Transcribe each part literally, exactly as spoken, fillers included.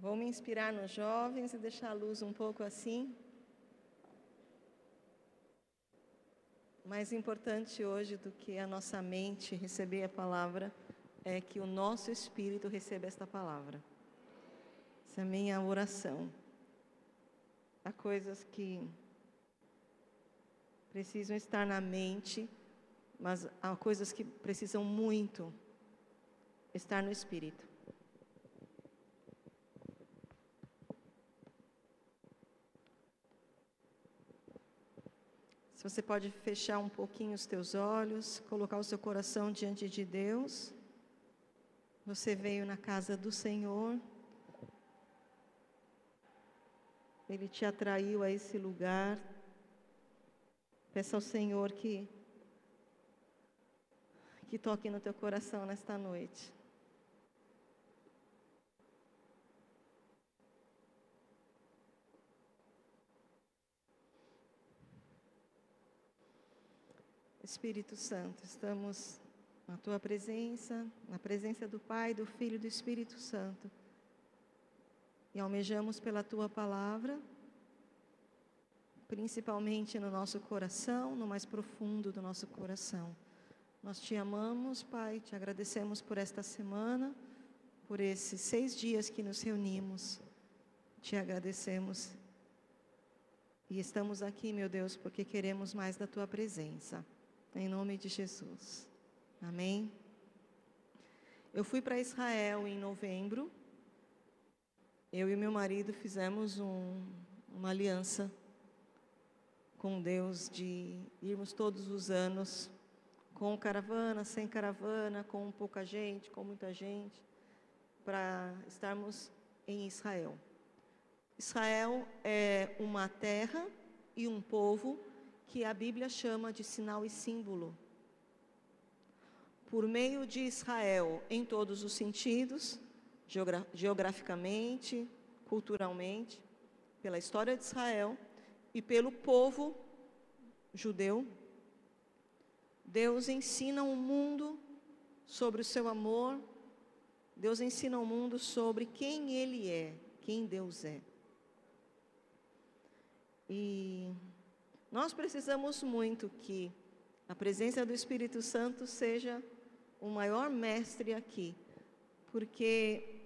Vou me inspirar nos jovens e deixar a luz um pouco assim. Mais importante hoje do que a nossa mente receber a palavra é que o nosso espírito receba esta palavra. Essa é a minha oração. Há coisas que precisam estar na mente, mas há coisas que precisam muito estar no espírito. Se você pode fechar um pouquinho os teus olhos, colocar o seu coração diante de Deus. Você veio na casa do Senhor. Ele te atraiu a esse lugar. Peça ao Senhor que, que toque no teu coração nesta noite. Espírito Santo, estamos na Tua presença, na presença do Pai, do Filho e do Espírito Santo. E almejamos pela Tua palavra, principalmente no nosso coração, no mais profundo do nosso coração. Nós Te amamos, Pai, Te agradecemos por esta semana, por esses seis dias que nos reunimos. Te agradecemos. E estamos aqui, meu Deus, porque queremos mais da Tua presença. Em nome de Jesus. Amém? Eu fui para Israel em novembro. Eu e meu marido fizemos um, uma aliança com Deus de irmos todos os anos, com caravana, sem caravana, com pouca gente, com muita gente, para estarmos em Israel. Israel é uma terra e um povo que a Bíblia chama de sinal e símbolo. Por meio de Israel, em todos os sentidos, geogra- geograficamente, culturalmente, pela história de Israel e pelo povo judeu, Deus ensina o mundo sobre o seu amor, Deus ensina o mundo sobre quem Ele é, quem Deus é. E nós precisamos muito que a presença do Espírito Santo seja o maior mestre aqui, porque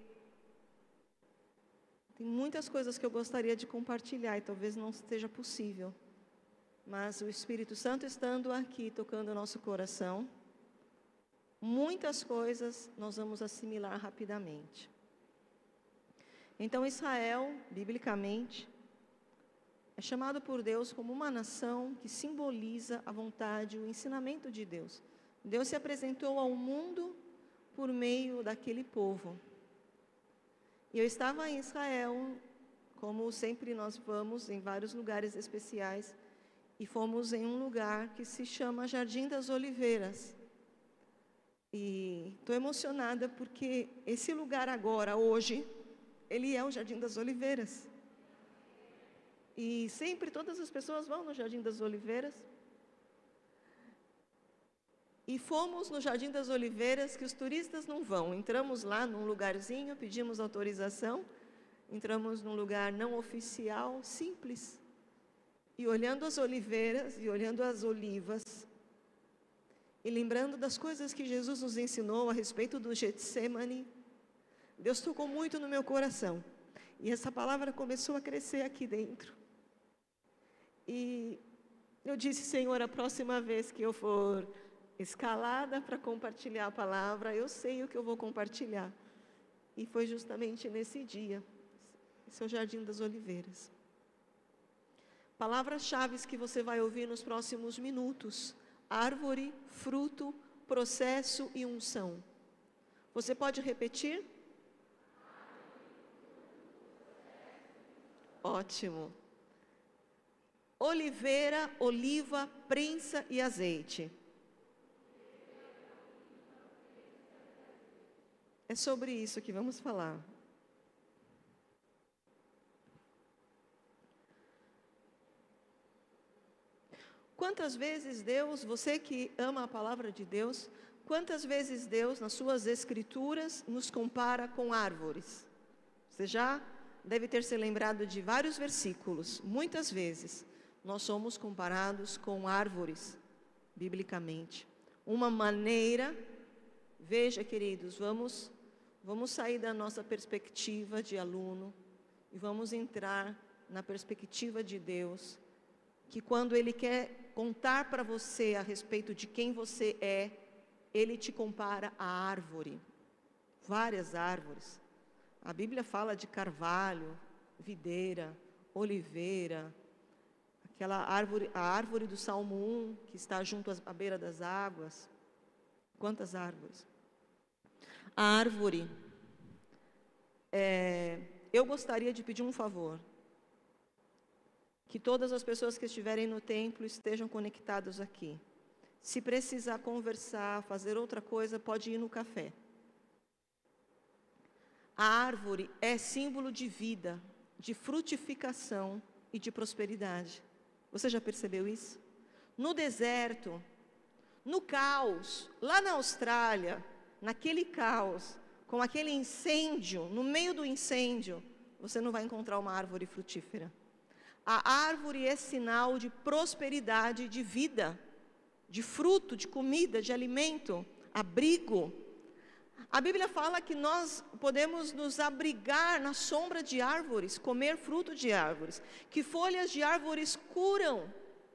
tem muitas coisas que eu gostaria de compartilhar e talvez não seja possível, mas o Espírito Santo estando aqui, tocando o nosso coração, muitas coisas nós vamos assimilar rapidamente. Então Israel, biblicamente, é chamado por Deus como uma nação que simboliza a vontade, o ensinamento de Deus. Deus se apresentou ao mundo por meio daquele povo. E eu estava em Israel, como sempre nós vamos, em vários lugares especiais, e fomos em um lugar que se chama Jardim das Oliveiras. E estou emocionada porque esse lugar agora, hoje, ele é o Jardim das Oliveiras. E sempre todas as pessoas vão no Jardim das Oliveiras. E fomos no Jardim das Oliveiras que os turistas não vão. Entramos lá num lugarzinho, pedimos autorização, entramos num lugar não oficial, simples. E olhando as oliveiras e olhando as olivas, e lembrando das coisas que Jesus nos ensinou a respeito do Getsemane, Deus tocou muito no meu coração. E essa palavra começou a crescer aqui dentro. E eu disse, Senhor, a próxima vez que eu for escalada para compartilhar a palavra, eu sei o que eu vou compartilhar. E foi justamente nesse dia, esse é o Jardim das Oliveiras. Palavras-chave que você vai ouvir nos próximos minutos: árvore, fruto, processo e unção. Você pode repetir? Ótimo. Oliveira, oliva, prensa e azeite. É sobre isso que vamos falar. Quantas vezes Deus, você que ama a palavra de Deus, quantas vezes Deus, nas suas escrituras, nos compara com árvores? Você já deve ter se lembrado de vários versículos. Muitas vezes nós somos comparados com árvores, biblicamente. Uma maneira, veja, queridos, vamos, vamos sair da nossa perspectiva de aluno e vamos entrar na perspectiva de Deus, que quando Ele quer contar para você a respeito de quem você é, Ele te compara à árvore, várias árvores. A Bíblia fala de carvalho, videira, oliveira, aquela árvore, a árvore do Salmo um, que está junto à beira das águas. Quantas árvores? A árvore, é, eu gostaria de pedir um favor, que todas as pessoas que estiverem no templo estejam conectadas aqui. Se precisar conversar, fazer outra coisa, pode ir no café. A árvore é símbolo de vida, de frutificação e de prosperidade. Você já percebeu isso? No deserto, no caos, lá na Austrália, naquele caos, com aquele incêndio, no meio do incêndio, você não vai encontrar uma árvore frutífera. A árvore é sinal de prosperidade, de vida, de fruto, de comida, de alimento, abrigo. A Bíblia fala que nós podemos nos abrigar na sombra de árvores, comer fruto de árvores, que folhas de árvores curam.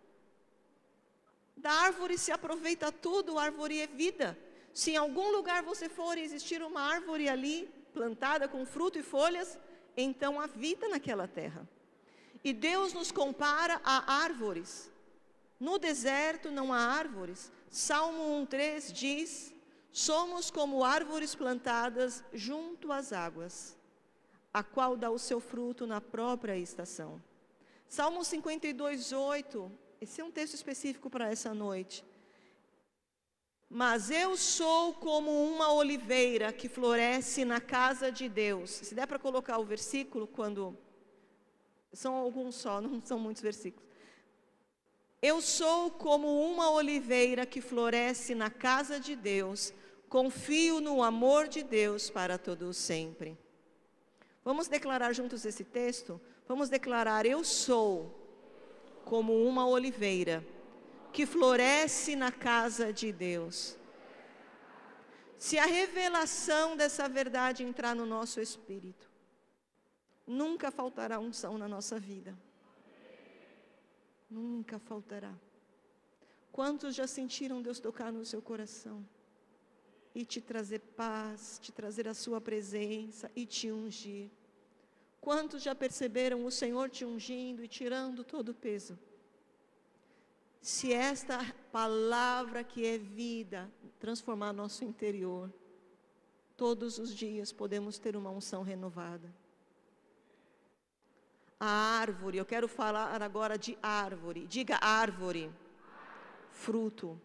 Da árvore se aproveita tudo, a árvore é vida. Se em algum lugar você for e existir uma árvore ali, plantada com fruto e folhas, então há vida naquela terra. E Deus nos compara a árvores. No deserto não há árvores. Salmo um, três diz: somos como árvores plantadas junto às águas, a qual dá o seu fruto na própria estação. Salmo cinquenta e dois, oito, esse é um texto específico para essa noite. Mas eu sou como uma oliveira que floresce na casa de Deus. Se der para colocar o versículo, quando... São alguns só, não são muitos versículos. Eu sou como uma oliveira que floresce na casa de Deus. Confio no amor de Deus para todo sempre. Vamos declarar juntos esse texto? Vamos declarar: eu sou como uma oliveira que floresce na casa de Deus. Se a revelação dessa verdade entrar no nosso espírito, nunca faltará unção na nossa vida. Nunca faltará. Quantos já sentiram Deus tocar no seu coração? E te trazer paz, te trazer a sua presença e te ungir. Quantos já perceberam o Senhor te ungindo e tirando todo o peso? Se esta palavra que é vida transformar nosso interior, todos os dias podemos ter uma unção renovada. A árvore, eu quero falar agora de árvore. Diga árvore. Fruto,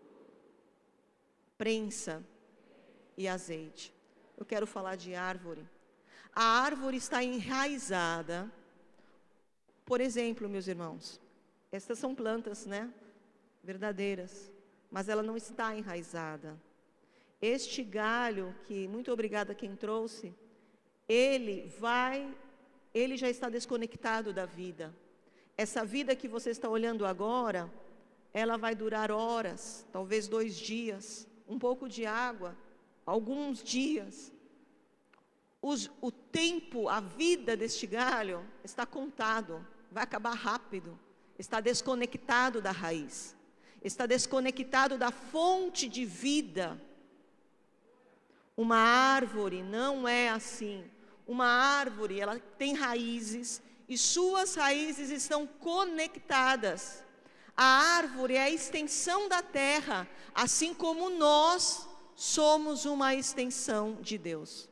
prensa e azeite. Eu quero falar de árvore. A árvore está enraizada. Por exemplo, meus irmãos, estas são plantas, né? Verdadeiras, mas ela não está enraizada. Este galho, que muito obrigada quem trouxe, ele vai, ele já está desconectado da vida. Essa vida que você está olhando agora, ela vai durar horas, talvez dois dias, um pouco de água, alguns dias. Os, o tempo, a vida deste galho está contado, vai acabar rápido. Está desconectado da raiz, está desconectado da fonte de vida. Uma árvore não é assim. Uma árvore, ela tem raízes e suas raízes estão conectadas. A árvore é a extensão da terra, assim como nós somos uma extensão de Deus.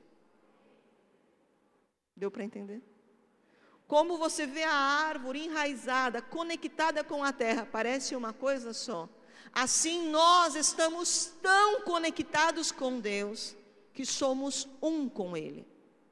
Deu para entender? Como você vê a árvore enraizada, conectada com a terra, parece uma coisa só. Assim nós estamos tão conectados com Deus, que somos um com Ele.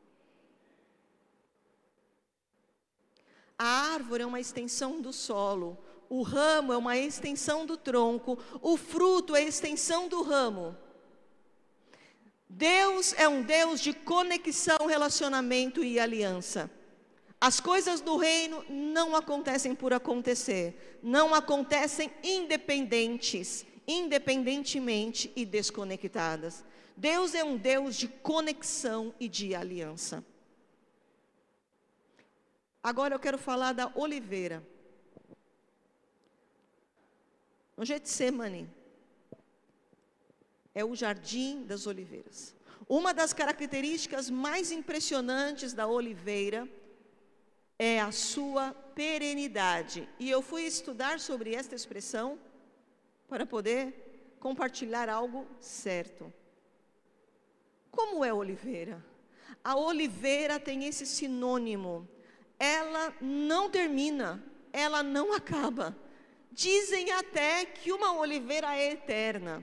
A árvore é uma extensão do solo, o ramo é uma extensão do tronco, o fruto é a extensão do ramo. Deus é um Deus de conexão, relacionamento e aliança. As coisas do reino não acontecem por acontecer, não acontecem independentes, independentemente e desconectadas. Deus é um Deus de conexão e de aliança. Agora eu quero falar da oliveira. No Getsemane, é o jardim das oliveiras. Uma das características mais impressionantes da oliveira é a sua perenidade. E eu fui estudar sobre esta expressão para poder compartilhar algo certo. Como é a oliveira? A oliveira tem esse sinônimo. Ela não termina, ela não acaba. Dizem até que uma oliveira é eterna.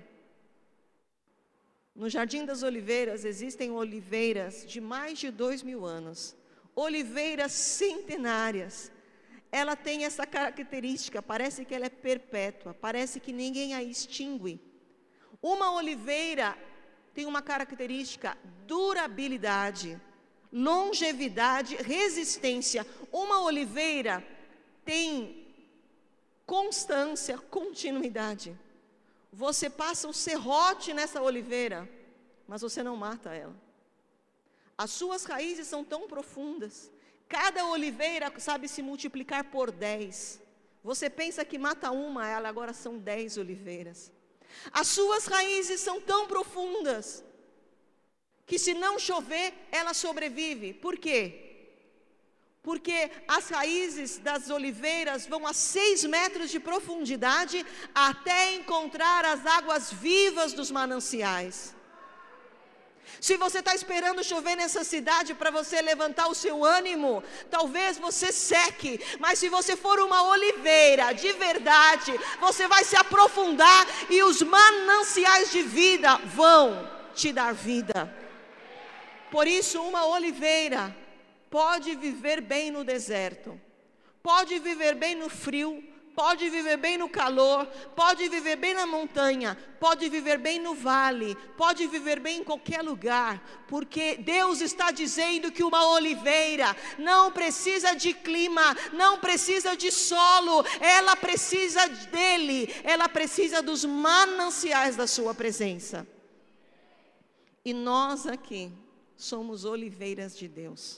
No Jardim das Oliveiras existem oliveiras de mais de dois mil anos. Oliveiras centenárias. Ela tem essa característica, parece que ela é perpétua, parece que ninguém a extingue. Uma oliveira tem uma característica: durabilidade, longevidade, resistência. Uma oliveira tem constância, continuidade. Você passa o serrote nessa oliveira, mas você não mata ela. As suas raízes são tão profundas. Cada oliveira sabe se multiplicar por dez. Você pensa que mata uma, ela agora são dez oliveiras. As suas raízes são tão profundas que se não chover, ela sobrevive. Por quê? Porque as raízes das oliveiras vão a seis metros de profundidade até encontrar as águas vivas dos mananciais. Se você está esperando chover nessa cidade para você levantar o seu ânimo, talvez você seque, mas se você for uma oliveira de verdade, você vai se aprofundar e os mananciais de vida vão te dar vida. Por isso, uma oliveira pode viver bem no deserto, pode viver bem no frio, pode viver bem no calor, pode viver bem na montanha, pode viver bem no vale, pode viver bem em qualquer lugar, porque Deus está dizendo que uma oliveira não precisa de clima, não precisa de solo, ela precisa dele, ela precisa dos mananciais da sua presença. E nós aqui somos oliveiras de Deus.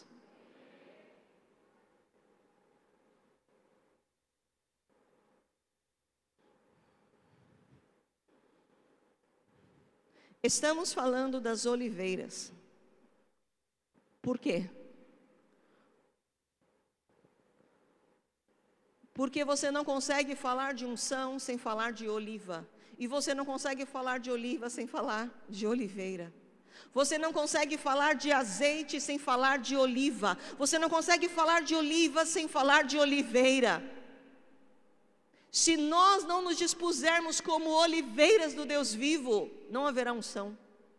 Estamos falando das oliveiras. Por quê? Porque você não consegue falar de unção sem falar de oliva. E você não consegue falar de oliva sem falar de oliveira. Você não consegue falar de azeite sem falar de oliva. Você não consegue falar de oliva sem falar de oliveira. Se nós não nos dispusermos como oliveiras do Deus vivo, não haverá unção.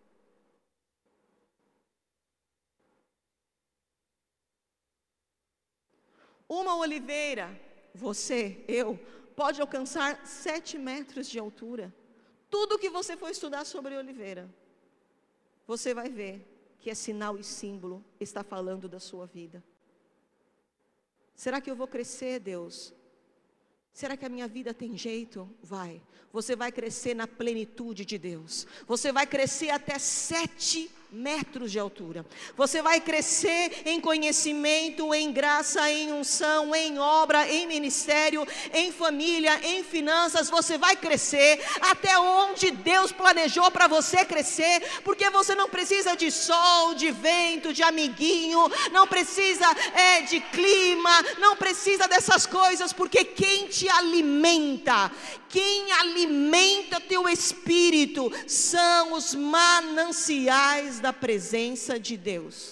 Uma oliveira, você, eu, pode alcançar sete metros de altura. Tudo que você for estudar sobre oliveira, você vai ver que é sinal e símbolo, está falando da sua vida. Será que eu vou crescer, Deus? Será que a minha vida tem jeito? Vai. Você vai crescer na plenitude de Deus. Você vai crescer até sete metros de altura. Você vai crescer em conhecimento, em graça, em unção, em obra, em ministério, em família, em finanças. Você vai crescer até onde Deus planejou para você crescer, porque você não precisa de sol, de vento, de amiguinho, não precisa é, de clima, não precisa dessas coisas, porque quem te alimenta, quem alimenta teu espírito são os mananciais da presença de Deus.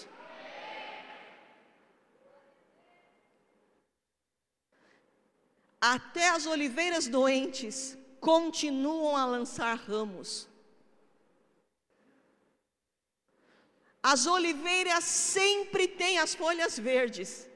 Até as oliveiras doentes continuam a lançar ramos. As oliveiras sempre têm as folhas verdes.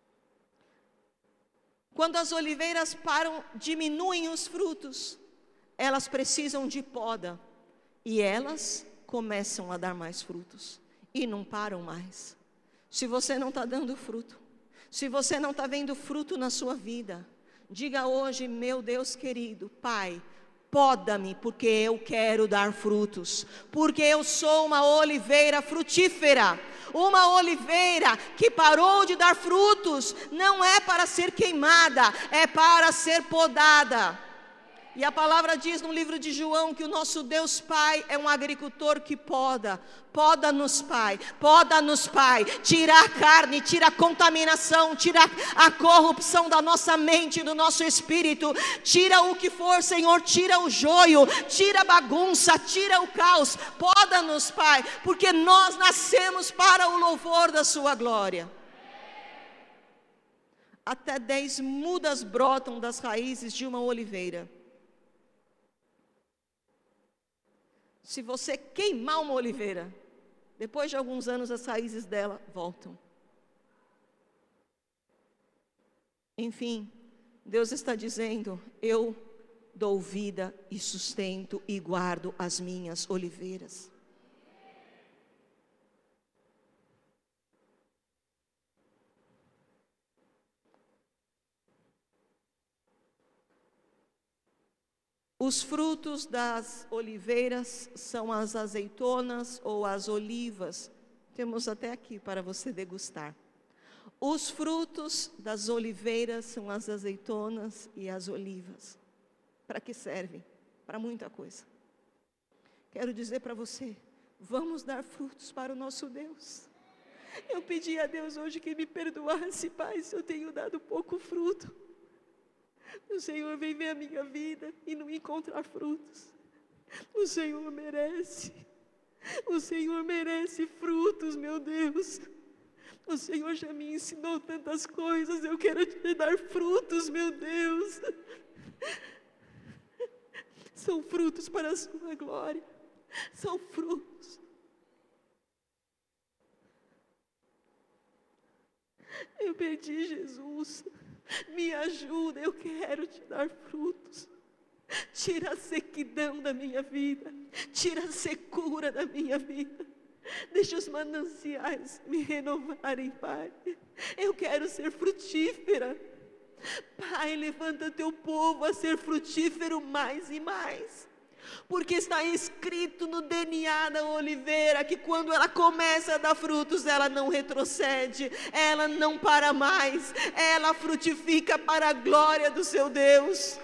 Quando as oliveiras param, diminuem os frutos, elas precisam de poda, e elas começam a dar mais frutos, e não param mais. Se você não está dando fruto, se você não está vendo fruto na sua vida, diga hoje: meu Deus querido, Pai, poda-me, porque eu quero dar frutos, porque eu sou uma oliveira frutífera, uma oliveira que parou de dar frutos, não é para ser queimada, é para ser podada. E a palavra diz no livro de João que o nosso Deus Pai é um agricultor que poda. Poda-nos, Pai, poda-nos, Pai, tira a carne, tira a contaminação, tira a corrupção da nossa mente, do nosso espírito, tira o que for, Senhor, tira o joio, tira a bagunça, tira o caos, poda-nos, Pai, porque nós nascemos para o louvor da sua glória. Até dez mudas brotam das raízes de uma oliveira. Se você queimar uma oliveira, depois de alguns anos as raízes dela voltam. Enfim, Deus está dizendo: eu dou vida e sustento e guardo as minhas oliveiras. Os frutos das oliveiras são as azeitonas ou as olivas. Temos até aqui para você degustar. Os frutos das oliveiras são as azeitonas e as olivas. Para que servem? Para muita coisa. Quero dizer para você, vamos dar frutos para o nosso Deus. Eu pedi a Deus hoje que me perdoasse, Pai, se eu tenho dado pouco fruto. O Senhor vem ver a minha vida e não encontrar frutos. O Senhor merece. O Senhor merece frutos, meu Deus. O Senhor já me ensinou tantas coisas. Eu quero te dar frutos, meu Deus. São frutos para a sua glória. São frutos. Eu pedi, Jesus, me ajuda, eu quero te dar frutos. Tira a sequidão da minha vida, tira a secura da minha vida. Deixa os mananciais me renovarem, Pai. Eu quero ser frutífera. Pai, levanta teu povo a ser frutífero mais e mais. Porque está escrito no D N A da oliveira que quando ela começa a dar frutos, ela não retrocede, ela não para mais, ela frutifica para a glória do seu Deus.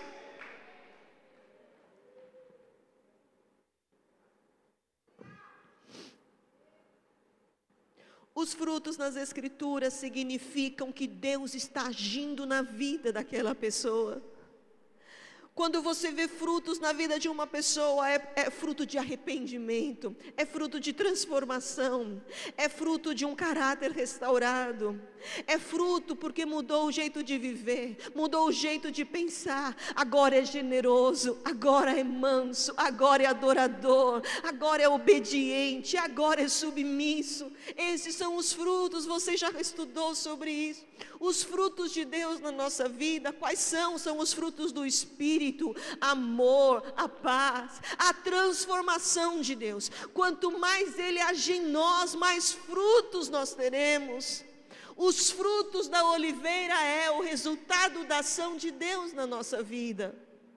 Os frutos nas Escrituras significam que Deus está agindo na vida daquela pessoa. Quando você vê frutos na vida de uma pessoa, é, é fruto de arrependimento, é fruto de transformação, é fruto de um caráter restaurado, é fruto porque mudou o jeito de viver, mudou o jeito de pensar, agora é generoso, agora é manso, agora é adorador, agora é obediente, agora é submisso. Esses são os frutos, você já estudou sobre isso. Os frutos de Deus na nossa vida, quais são? São os frutos do Espírito, amor, a paz, a transformação de Deus. Quanto mais Ele agir em nós, mais frutos nós teremos. Os frutos da oliveira é o resultado da ação de Deus na nossa vida.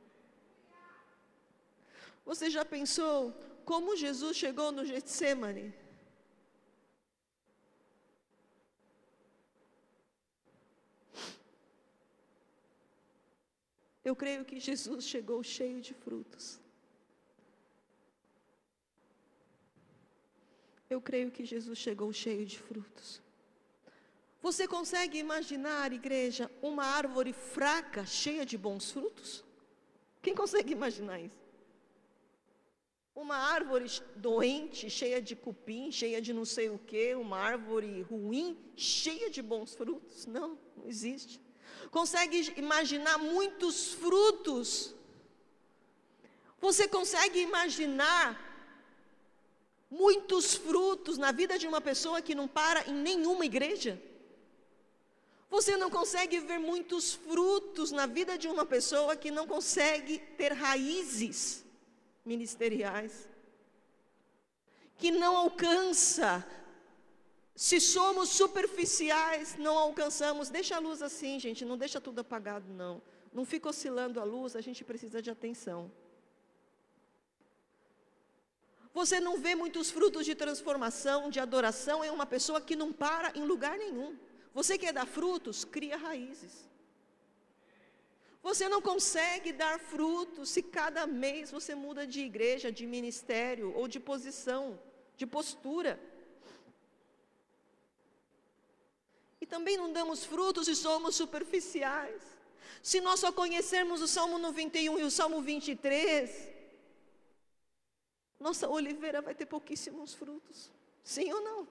Você já pensou como Jesus chegou no Getsêmani? Eu creio que Jesus chegou cheio de frutos. Eu creio que Jesus chegou cheio de frutos. Você consegue imaginar, igreja, uma árvore fraca, cheia de bons frutos? Quem consegue imaginar isso? Uma árvore doente, cheia de cupim, cheia de não sei o quê, uma árvore ruim, cheia de bons frutos? Não, não existe. Consegue imaginar muitos frutos? Você consegue imaginar muitos frutos na vida de uma pessoa que não para em nenhuma igreja? Você não consegue ver muitos frutos na vida de uma pessoa que não consegue ter raízes ministeriais, que não alcança. Se somos superficiais, não alcançamos. Deixa a luz assim, gente, não deixa tudo apagado, não. Não fica oscilando a luz, a gente precisa de atenção. Você não vê muitos frutos de transformação, de adoração, em uma pessoa que não para em lugar nenhum. Você quer dar frutos? Cria raízes. Você não consegue dar frutos se cada mês você muda de igreja, de ministério, ou de posição, de postura. E também não damos frutos e somos superficiais. Se nós só conhecermos o Salmo noventa e um e o Salmo vinte e três, nossa oliveira vai ter pouquíssimos frutos. Sim ou não?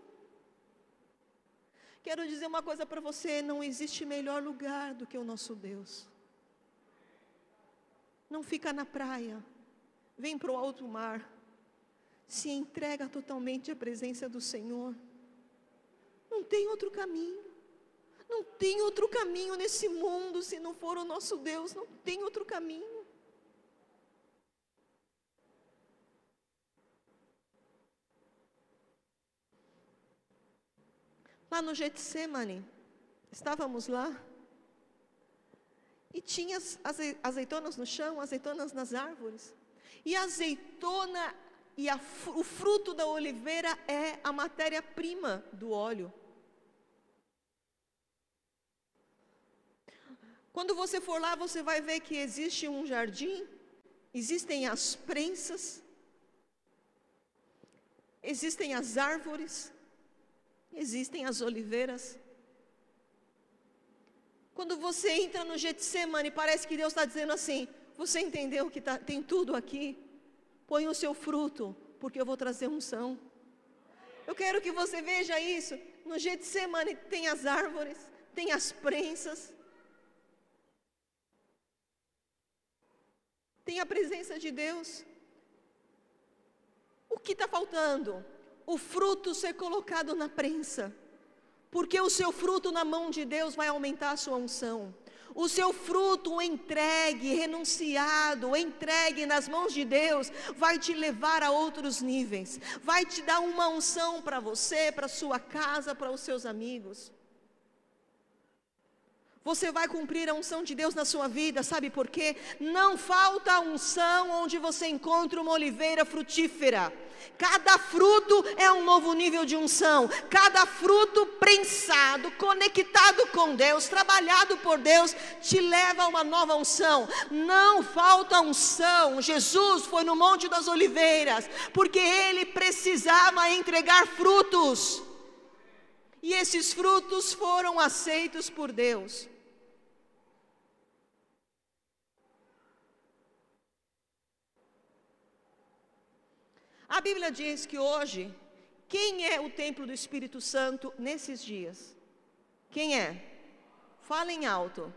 Quero dizer uma coisa para você, não existe melhor lugar do que o nosso Deus. Não fica na praia, vem para o alto mar, se entrega totalmente à presença do Senhor. Não tem outro caminho. Não tem outro caminho nesse mundo, se não for o nosso Deus, não tem outro caminho. Lá no Getsemane, estávamos lá, e tinha azeitonas no chão, azeitonas nas árvores, e a azeitona e a, o fruto da oliveira é a matéria-prima do óleo. Quando você for lá, você vai ver que existe um jardim, existem as prensas, existem as árvores, existem as oliveiras. Quando você entra no Getsemane, parece que Deus está dizendo assim: você entendeu que tá, tem tudo aqui? Põe o seu fruto, porque eu vou trazer unção. Eu quero que você veja isso. No Getsemane tem as árvores, tem as prensas, tem a presença de Deus. O que está faltando? O fruto ser colocado na prensa, porque o seu fruto na mão de Deus vai aumentar a sua unção. O seu fruto entregue, renunciado, entregue nas mãos de Deus, vai te levar a outros níveis, vai te dar uma unção para você, para sua casa, para os seus amigos. Você vai cumprir a unção de Deus na sua vida, sabe por quê? Não falta unção onde você encontra uma oliveira frutífera. Cada fruto é um novo nível de unção. Cada fruto prensado, conectado com Deus, trabalhado por Deus, te leva a uma nova unção. Não falta unção. Jesus foi no Monte das Oliveiras, porque Ele precisava entregar frutos. E esses frutos foram aceitos por Deus. A Bíblia diz que hoje, quem é o templo do Espírito Santo nesses dias? Quem é? Falem alto.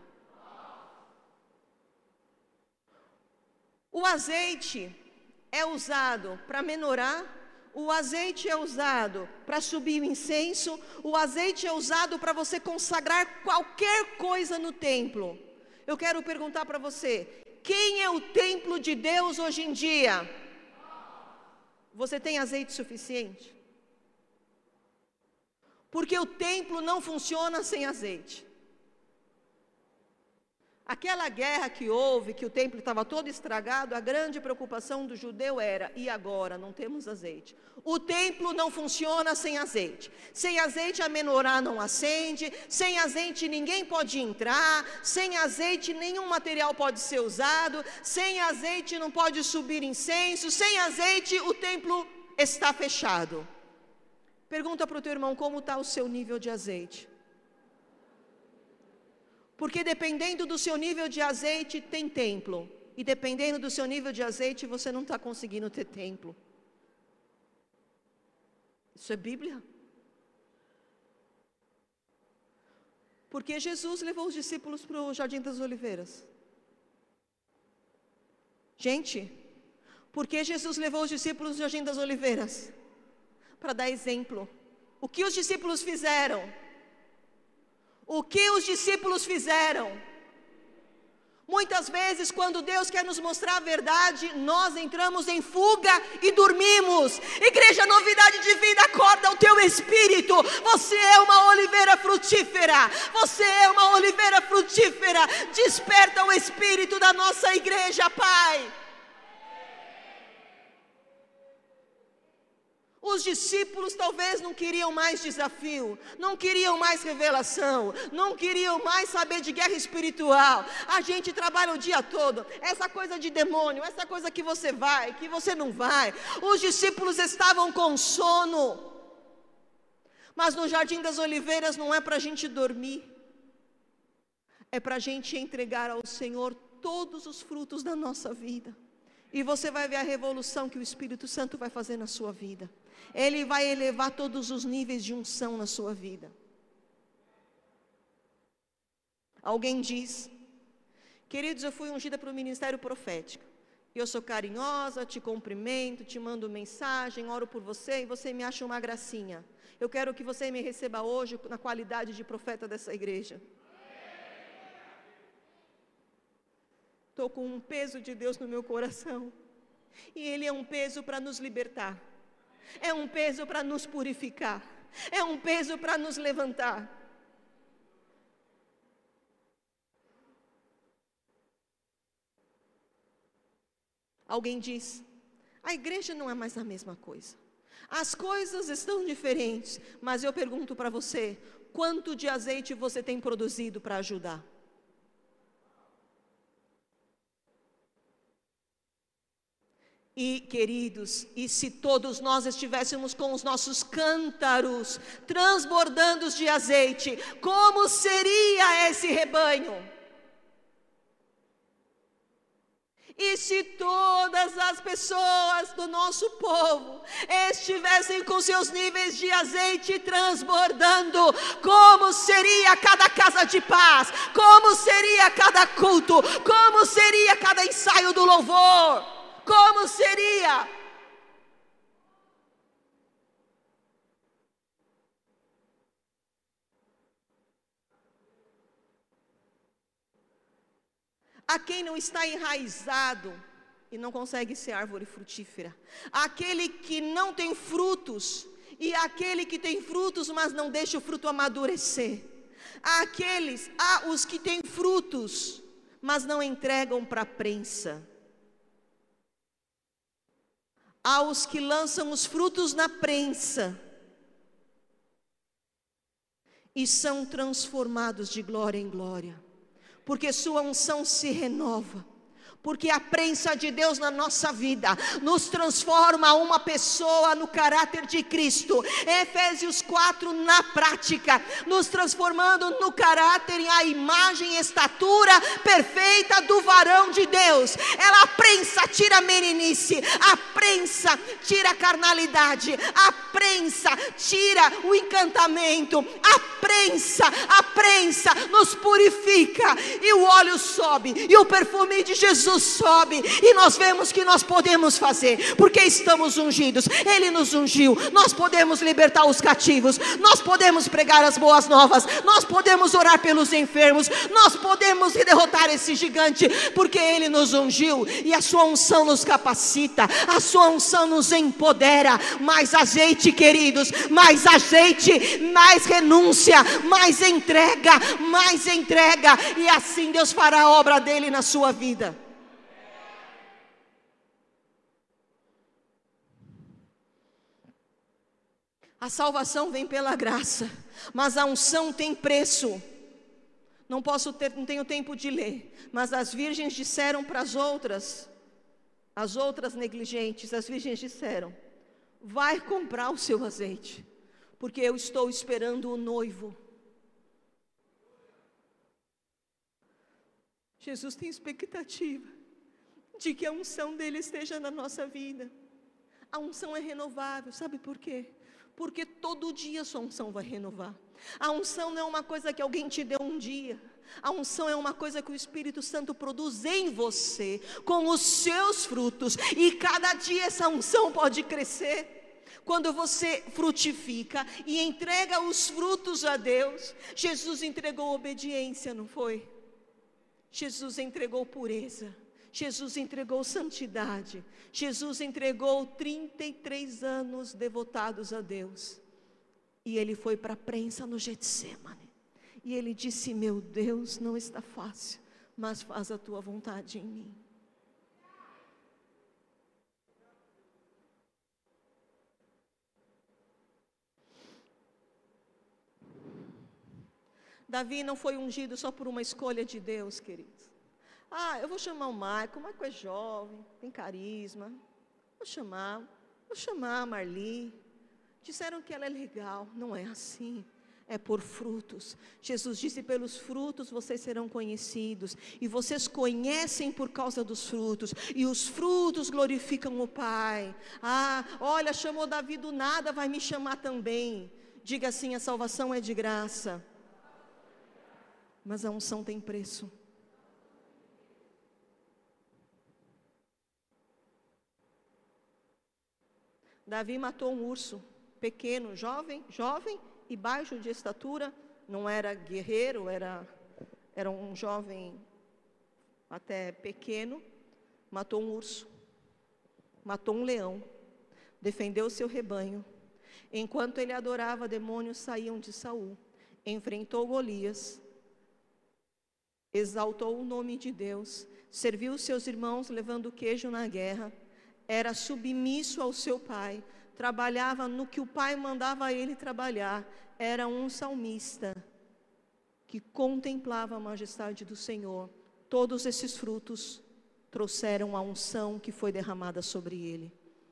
O azeite é usado para menorar, o azeite é usado para subir o incenso, o azeite é usado para você consagrar qualquer coisa no templo. Eu quero perguntar para você, quem é o templo de Deus hoje em dia? Você tem azeite suficiente? Porque o templo não funciona sem azeite. Aquela guerra que houve, que o templo estava todo estragado, a grande preocupação do judeu era: e agora? Não temos azeite. O templo não funciona sem azeite. Sem azeite a menorá não acende, sem azeite ninguém pode entrar, sem azeite nenhum material pode ser usado, sem azeite não pode subir incenso, sem azeite o templo está fechado. Pergunta para o teu irmão como está o seu nível de azeite. Porque dependendo do seu nível de azeite, tem templo. E dependendo do seu nível de azeite, você não está conseguindo ter templo. Isso é Bíblia. Porque Jesus levou os discípulos para o Jardim das Oliveiras. Gente, por que Jesus levou os discípulos ao Jardim das Oliveiras? Para dar exemplo. O que os discípulos fizeram? O que os discípulos fizeram? Muitas vezes, quando Deus quer nos mostrar a verdade, nós entramos em fuga e dormimos. Igreja Novidade de Vida, acorda o teu espírito. Você é uma oliveira frutífera. Você é uma oliveira frutífera. Desperta o espírito da nossa igreja, Pai. Os discípulos talvez não queriam mais desafio, não queriam mais revelação, não queriam mais saber de guerra espiritual. A gente trabalha o dia todo, essa coisa de demônio, essa coisa que você vai, que você não vai. Os discípulos estavam com sono. Mas no Jardim das Oliveiras não é para a gente dormir, é para a gente entregar ao Senhor todos os frutos da nossa vida. E você vai ver a revolução que o Espírito Santo vai fazer na sua vida. Ele vai elevar todos os níveis de unção na sua vida. Alguém diz: queridos, eu fui ungida para o ministério profético. Eu sou carinhosa, te cumprimento, te mando mensagem, oro por você e você me acha uma gracinha. Eu quero que você me receba hoje na qualidade de profeta dessa igreja. Estou com um peso de Deus no meu coração. E Ele é um peso para nos libertar. É um peso para nos purificar. É um peso para nos levantar. Alguém diz: a igreja não é mais a mesma coisa. As coisas estão diferentes. Mas eu pergunto para você: quanto de azeite você tem produzido para ajudar? E, queridos, e se todos nós estivéssemos com os nossos cântaros transbordando de azeite, como seria esse rebanho? E se todas as pessoas do nosso povo estivessem com seus níveis de azeite transbordando, como seria cada casa de paz? Como seria cada culto? Como seria cada ensaio do louvor? Como seria? A quem não está enraizado e não consegue ser árvore frutífera, aquele que não tem frutos e aquele que tem frutos, mas não deixa o fruto amadurecer, aqueles, há os que têm frutos, mas não entregam para a prensa, há os que lançam os frutos na prensa e são transformados de glória em glória, porque sua unção se renova. Porque a prensa de Deus na nossa vida nos transforma uma pessoa no caráter de Cristo. Efésios quatro, na prática, nos transformando no caráter e a imagem e estatura perfeita do varão de Deus. Ela, a prensa tira a meninice, a prensa tira a carnalidade, a prensa tira o encantamento, a prensa, a prensa nos purifica e o óleo sobe e o perfume de Jesus sobe, e nós vemos que nós podemos fazer, porque estamos ungidos. Ele nos ungiu, nós podemos libertar os cativos, nós podemos pregar as boas novas, nós podemos orar pelos enfermos, nós podemos derrotar esse gigante, porque Ele nos ungiu, e a sua unção nos capacita, a sua unção nos empodera. Mais azeite, queridos, mais azeite, mais renúncia, mais entrega, mais entrega, e assim Deus fará a obra dele na sua vida. A salvação vem pela graça, mas a unção tem preço. Não posso ter, não tenho tempo de ler, mas as virgens disseram para as outras, as outras negligentes, as virgens disseram: vai comprar o seu azeite, porque eu estou esperando o noivo. Jesus tem expectativa de que a unção dele esteja na nossa vida. A unção é renovável, sabe por quê? Porque todo dia a sua unção vai renovar. A unção não é uma coisa que alguém te deu um dia. A unção é uma coisa que o Espírito Santo produz em você, com os seus frutos. E cada dia essa unção pode crescer. Quando você frutifica e entrega os frutos a Deus, Jesus entregou obediência, não foi? Jesus entregou pureza, Jesus entregou santidade, Jesus entregou trinta e três anos devotados a Deus. E ele foi para a prensa no Getsemane. E ele disse: meu Deus, não está fácil, mas faz a tua vontade em mim. Davi não foi ungido só por uma escolha de Deus, queridos. Ah, eu vou chamar o Maico, o Maico é jovem, tem carisma. Vou chamar, vou chamar a Marli. Disseram que ela é legal, não é assim. É por frutos. Jesus disse: pelos frutos vocês serão conhecidos. E vocês conhecem por causa dos frutos. E os frutos glorificam o Pai. Ah, olha, chamou Davi do nada, vai me chamar também. Diga assim: a salvação é de graça, mas a unção tem preço. Davi matou um urso pequeno, jovem, jovem e baixo de estatura. Não era guerreiro, era, era um jovem até pequeno. Matou um urso, matou um leão, defendeu seu rebanho. Enquanto ele adorava, demônios saíam de Saul. Enfrentou Golias, exaltou o nome de Deus, serviu seus irmãos levando queijo na guerra, era submisso ao seu pai, trabalhava no que o pai mandava ele trabalhar, era um salmista que contemplava a majestade do Senhor. Todos esses frutos trouxeram a unção que foi derramada sobre ele.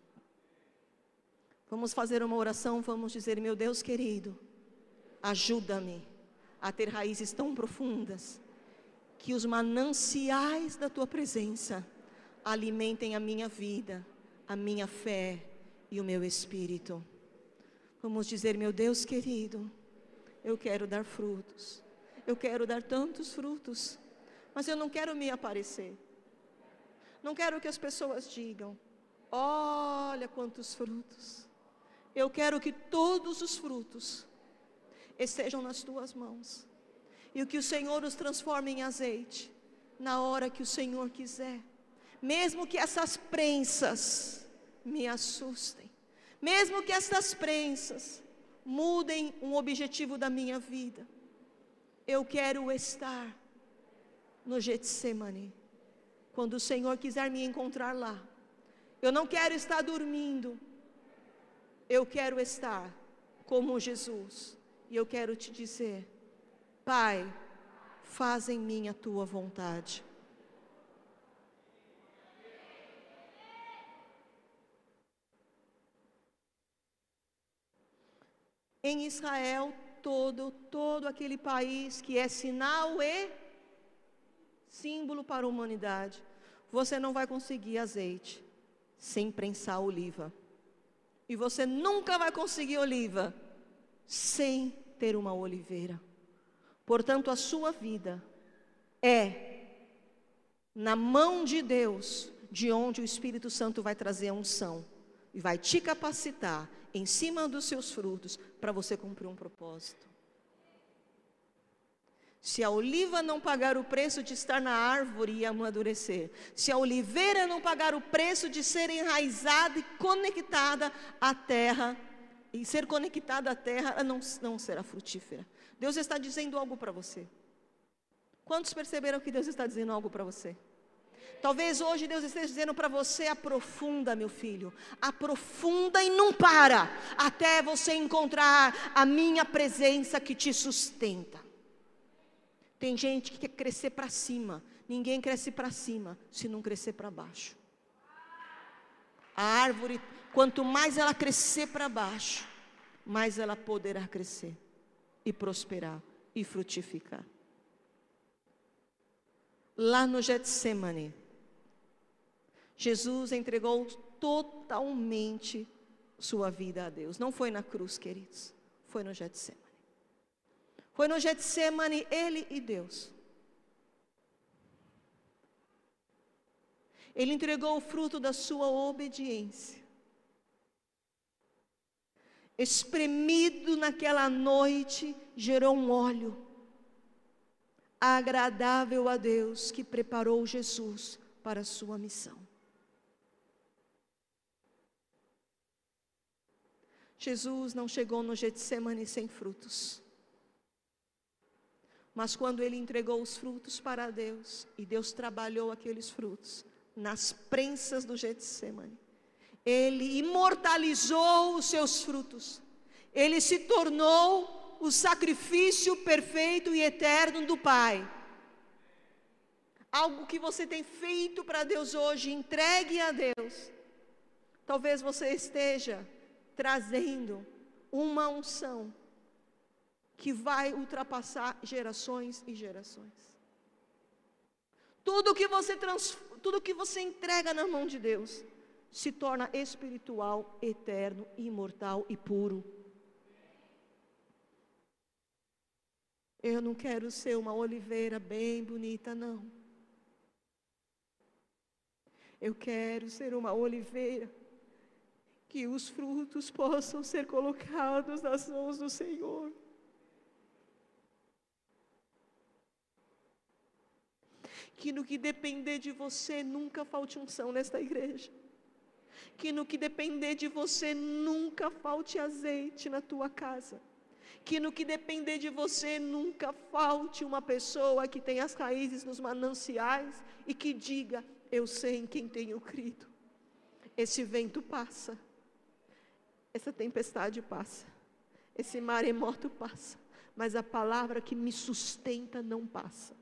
Vamos fazer uma oração, vamos dizer: meu Deus querido, ajuda-me a ter raízes tão profundas, que os mananciais da tua presença alimentem a minha vida, a minha fé e o meu espírito. Vamos dizer: meu Deus querido, eu quero dar frutos, eu quero dar tantos frutos, mas eu não quero me aparecer, não quero que as pessoas digam: olha quantos frutos. Eu quero que todos os frutos estejam nas tuas mãos, e que o Senhor os transforme em azeite, na hora que o Senhor quiser. Mesmo que essas prensas me assustem, mesmo que essas prensas mudem um objetivo da minha vida, eu quero estar no Getsemane, quando o Senhor quiser me encontrar lá. Eu não quero estar dormindo, eu quero estar como Jesus, e eu quero te dizer: Pai, faz em mim a tua vontade. Em Israel, todo, todo aquele país que é sinal e símbolo para a humanidade, você não vai conseguir azeite sem prensar oliva. E você nunca vai conseguir oliva sem ter uma oliveira. Portanto, a sua vida é na mão de Deus, de onde o Espírito Santo vai trazer a unção e vai te capacitar em cima dos seus frutos para você cumprir um propósito. Se a oliva não pagar o preço de estar na árvore e amadurecer, se a oliveira não pagar o preço de ser enraizada e conectada à terra, e ser conectada à terra, ela não, não será frutífera. Deus está dizendo algo para você. Quantos perceberam que Deus está dizendo algo para você? Talvez hoje Deus esteja dizendo para você: aprofunda, meu filho, aprofunda e não para, até você encontrar a minha presença que te sustenta. Tem gente que quer crescer para cima. Ninguém cresce para cima se não crescer para baixo. A árvore, quanto mais ela crescer para baixo, mais ela poderá crescer e prosperar e frutificar. Lá no Getsemane, Jesus entregou totalmente sua vida a Deus. Não foi na cruz, queridos, foi no Getsemane. Foi no Getsemane ele e Deus. Ele entregou o fruto da sua obediência. espremido naquela noite, gerou um óleo agradável a Deus, que preparou Jesus para a sua missão. Jesus não chegou no Getsemane sem frutos. Mas quando ele entregou os frutos para Deus, e Deus trabalhou aqueles frutos nas prensas do Getsemane, ele imortalizou os seus frutos. Ele se tornou o sacrifício perfeito e eterno do Pai. Algo que você tem feito para Deus hoje, entregue a Deus. Talvez você esteja trazendo uma unção que vai ultrapassar gerações e gerações. Tudo que você trans, tudo que você entrega na mão de Deus se torna espiritual, eterno, imortal e puro. Eu não quero ser uma oliveira bem bonita, não. Eu quero ser uma oliveira que os frutos possam ser colocados nas mãos do Senhor. Que no que depender de você, nunca falte unção nesta igreja. Que no que depender de você, nunca falte azeite na tua casa. Que no que depender de você, nunca falte uma pessoa que tenha as raízes nos mananciais e que diga: eu sei em quem tenho crido. Esse vento passa, essa tempestade passa, esse maremoto passa, mas a palavra que me sustenta não passa.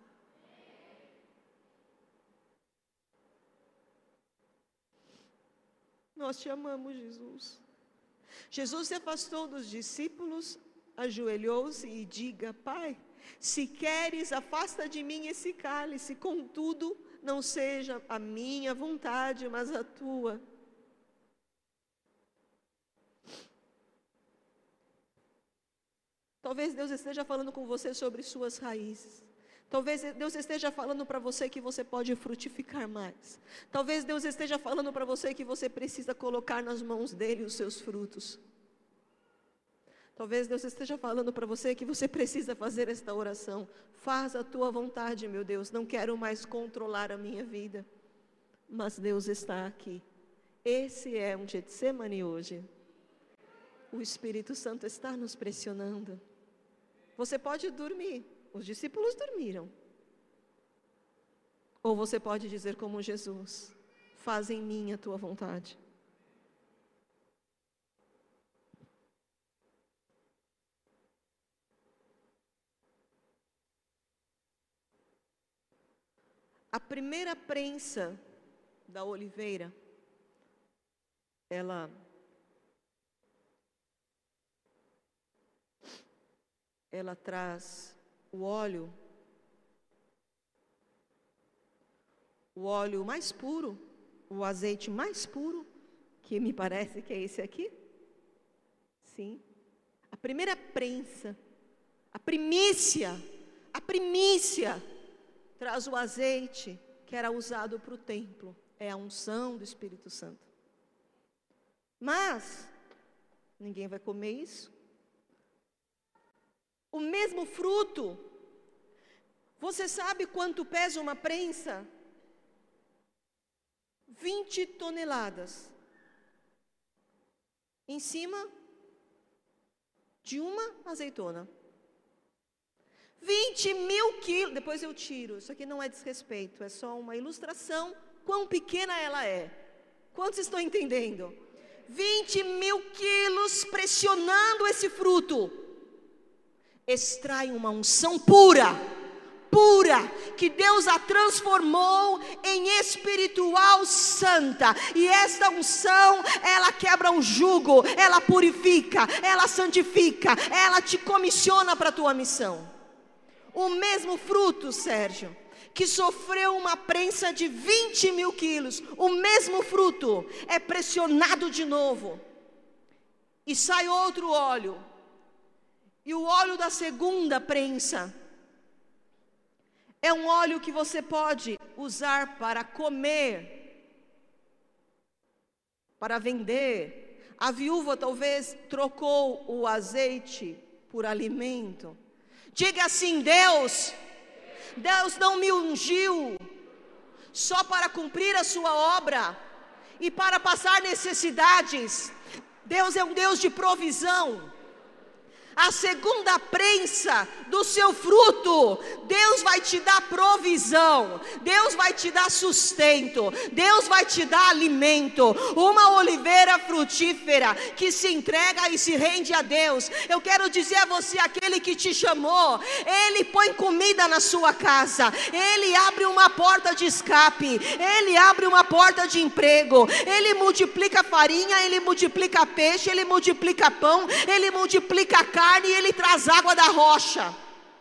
Nós te amamos, Jesus. Jesus se afastou dos discípulos, ajoelhou-se e diga: Pai, se queres, afasta de mim esse cálice, contudo, não seja a minha vontade, mas a tua. Talvez Deus esteja falando com você sobre suas raízes. Talvez Deus esteja falando para você que você pode frutificar mais. Talvez Deus esteja falando para você que você precisa colocar nas mãos dele os seus frutos. Talvez Deus esteja falando para você que você precisa fazer esta oração. Faz a tua vontade, meu Deus. Não quero mais controlar a minha vida. Mas Deus está aqui. Esse é um Getsemane hoje. O Espírito Santo está nos pressionando. Você pode dormir. Os discípulos dormiram. Ou você pode dizer como Jesus: faz em mim a tua vontade. A primeira prensa da oliveira, ela ela traz o óleo, o óleo mais puro, o azeite mais puro, que me parece que é esse aqui. Sim. A primeira prensa, a primícia, a primícia, traz o azeite que era usado para o templo. É a unção do Espírito Santo. Mas ninguém vai comer isso. O mesmo fruto. Você sabe quanto pesa uma prensa? vinte toneladas. Em cima de uma azeitona. vinte mil quilos. Depois eu tiro. Isso aqui não é desrespeito. É só uma ilustração. Quão pequena ela é. Quantos estão entendendo? vinte mil quilos pressionando esse fruto. Extrai uma unção pura. Pura, que Deus a transformou em espiritual santa, e esta unção, ela quebra um jugo, ela purifica, ela santifica, ela te comissiona para a tua missão. O mesmo fruto, Sérgio, que sofreu uma prensa de vinte mil quilos, o mesmo fruto é pressionado de novo, e sai outro óleo, e o óleo da segunda prensa, é um óleo que você pode usar para comer, para vender, a viúva talvez trocou o azeite por alimento. Diga assim: Deus, Deus não me ungiu só para cumprir a sua obra e para passar necessidades. Deus é um Deus de provisão. A segunda prensa do seu fruto, Deus vai te dar provisão, Deus vai te dar sustento, Deus vai te dar alimento. Uma oliveira frutífera que se entrega e se rende a Deus. Eu quero dizer a você: aquele que te chamou, Ele põe comida na sua casa, Ele abre uma porta de escape, Ele abre uma porta de emprego, Ele multiplica farinha, Ele multiplica peixe, Ele multiplica pão, Ele multiplica carne, e Ele traz água da rocha.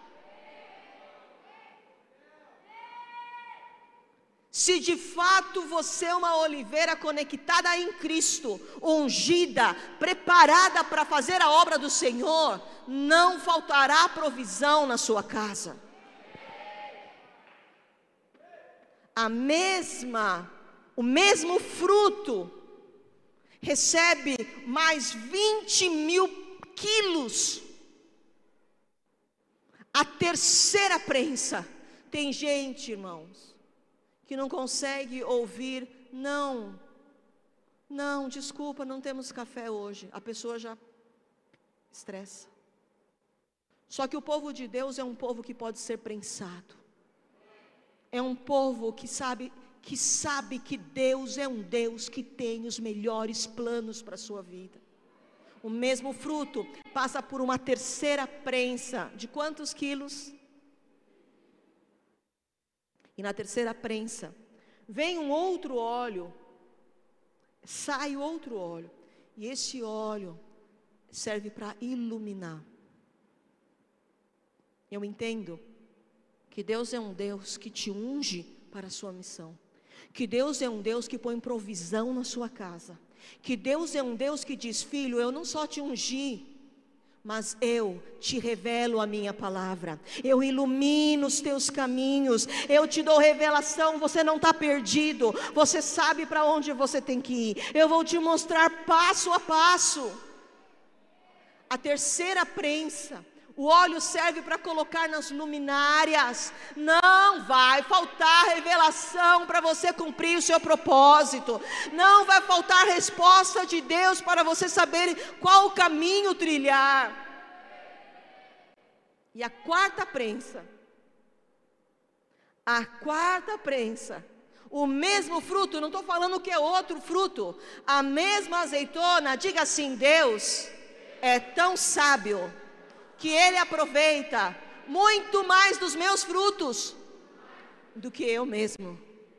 Se de fato você é uma oliveira conectada em Cristo, ungida, preparada para fazer a obra do Senhor, não faltará provisão na sua casa. A mesma, o mesmo fruto recebe mais vinte mil quilos. A terceira prensa. Tem gente, irmãos, que não consegue ouvir: não, não, desculpa, não temos café hoje. A pessoa já estressa. Só que o povo de Deus é um povo que pode ser prensado. É um povo que sabe, que sabe que Deus é um Deus que tem os melhores planos para a sua vida. O mesmo fruto passa por uma terceira prensa. De quantos quilos? E na terceira prensa vem um outro óleo, sai outro óleo, e esse óleo serve para iluminar. Eu entendo que Deus é um Deus que te unge para a sua missão, que Deus é um Deus que põe provisão na sua casa, que Deus é um Deus que diz: filho, eu não só te ungi, mas eu te revelo a minha palavra, eu ilumino os teus caminhos, eu te dou revelação, você não está perdido, você sabe para onde você tem que ir, eu vou te mostrar passo a passo. A terceira prensa, o óleo serve para colocar nas luminárias. Não vai faltar revelação para você cumprir o seu propósito. Não vai faltar resposta de Deus para você saber qual o caminho trilhar. E a quarta prensa. A quarta prensa. O mesmo fruto, não estou falando que é outro fruto. A mesma azeitona, diga assim: Deus é tão sábio que Ele aproveita muito mais dos meus frutos do que eu mesmo.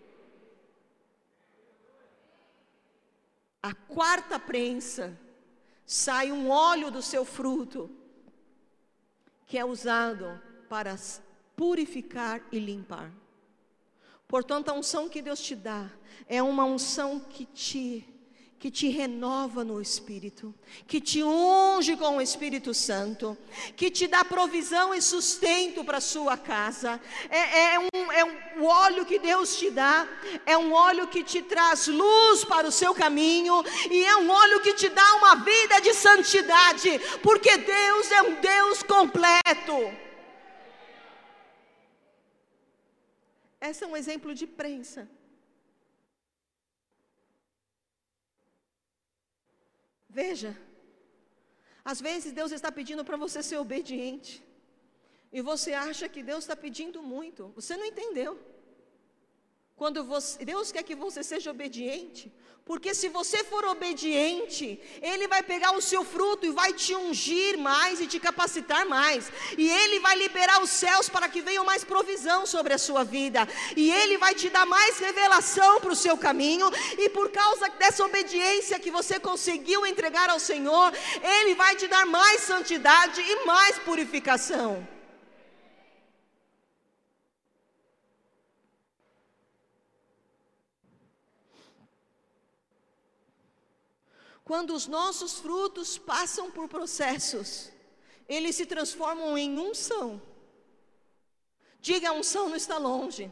A quarta prensa, sai um óleo do seu fruto, que é usado para purificar e limpar. Portanto, a unção que Deus te dá é uma unção que te que te renova no Espírito, que te unge com o Espírito Santo, que te dá provisão e sustento para a sua casa. É, é, um, é um óleo que Deus te dá, é um óleo que te traz luz para o seu caminho, e é um óleo que te dá uma vida de santidade, porque Deus é um Deus completo. Esse é um exemplo de prensa. Veja, às vezes Deus está pedindo para você ser obediente, e você acha que Deus está pedindo muito. Você não entendeu. Quando você, Deus quer que você seja obediente, porque se você for obediente, Ele vai pegar o seu fruto e vai te ungir mais e te capacitar mais, e Ele vai liberar os céus para que venham mais provisão sobre a sua vida, e Ele vai te dar mais revelação para o seu caminho, e por causa dessa obediência que você conseguiu entregar ao Senhor, Ele vai te dar mais santidade e mais purificação. Quando os nossos frutos passam por processos, eles se transformam em unção. Diga: a unção não está longe.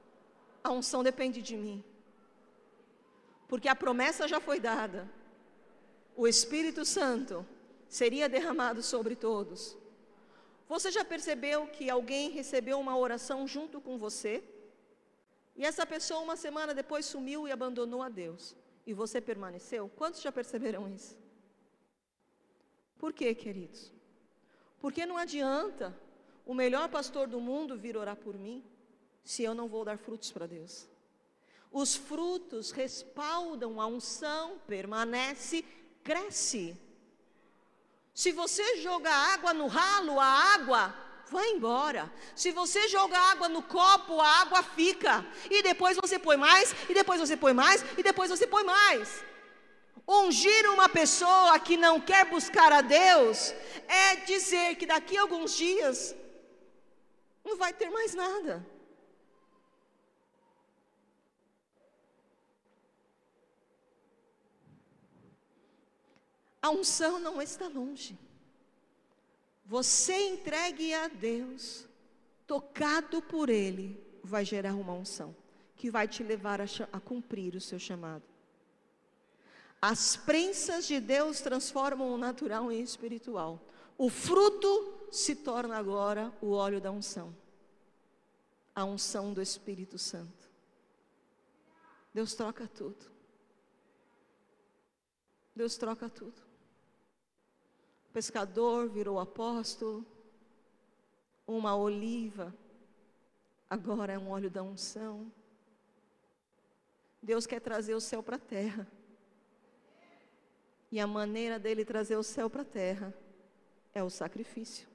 A unção depende de mim, porque a promessa já foi dada. o Espírito Santo seria derramado sobre todos. Você já percebeu que alguém recebeu uma oração junto com você? E essa pessoa uma semana depois sumiu e abandonou a Deus. E você permaneceu? Quantos já perceberam isso? Por quê, queridos? Porque não adianta o melhor pastor do mundo vir orar por mim, se eu não vou dar frutos para Deus. Os frutos respaldam a unção, permanece, cresce. Se você joga água no ralo, a água vai embora. Se você joga água no copo, a água fica. E depois você põe mais, e depois você põe mais, e depois você põe mais. Ungir uma pessoa que não quer buscar a Deus é dizer que daqui a alguns dias não vai ter mais nada. A unção não está longe. Você entregue a Deus, tocado por Ele, vai gerar uma unção que vai te levar a, a cumprir o seu chamado. As prensas de Deus transformam o natural em espiritual. O fruto se torna agora o óleo da unção. A unção do Espírito Santo. Deus troca tudo. Deus troca tudo. O pescador virou apóstolo. Uma oliva agora é um óleo da unção. Deus quer trazer o céu para a terra. E a maneira dele trazer o céu para a terra é o sacrifício.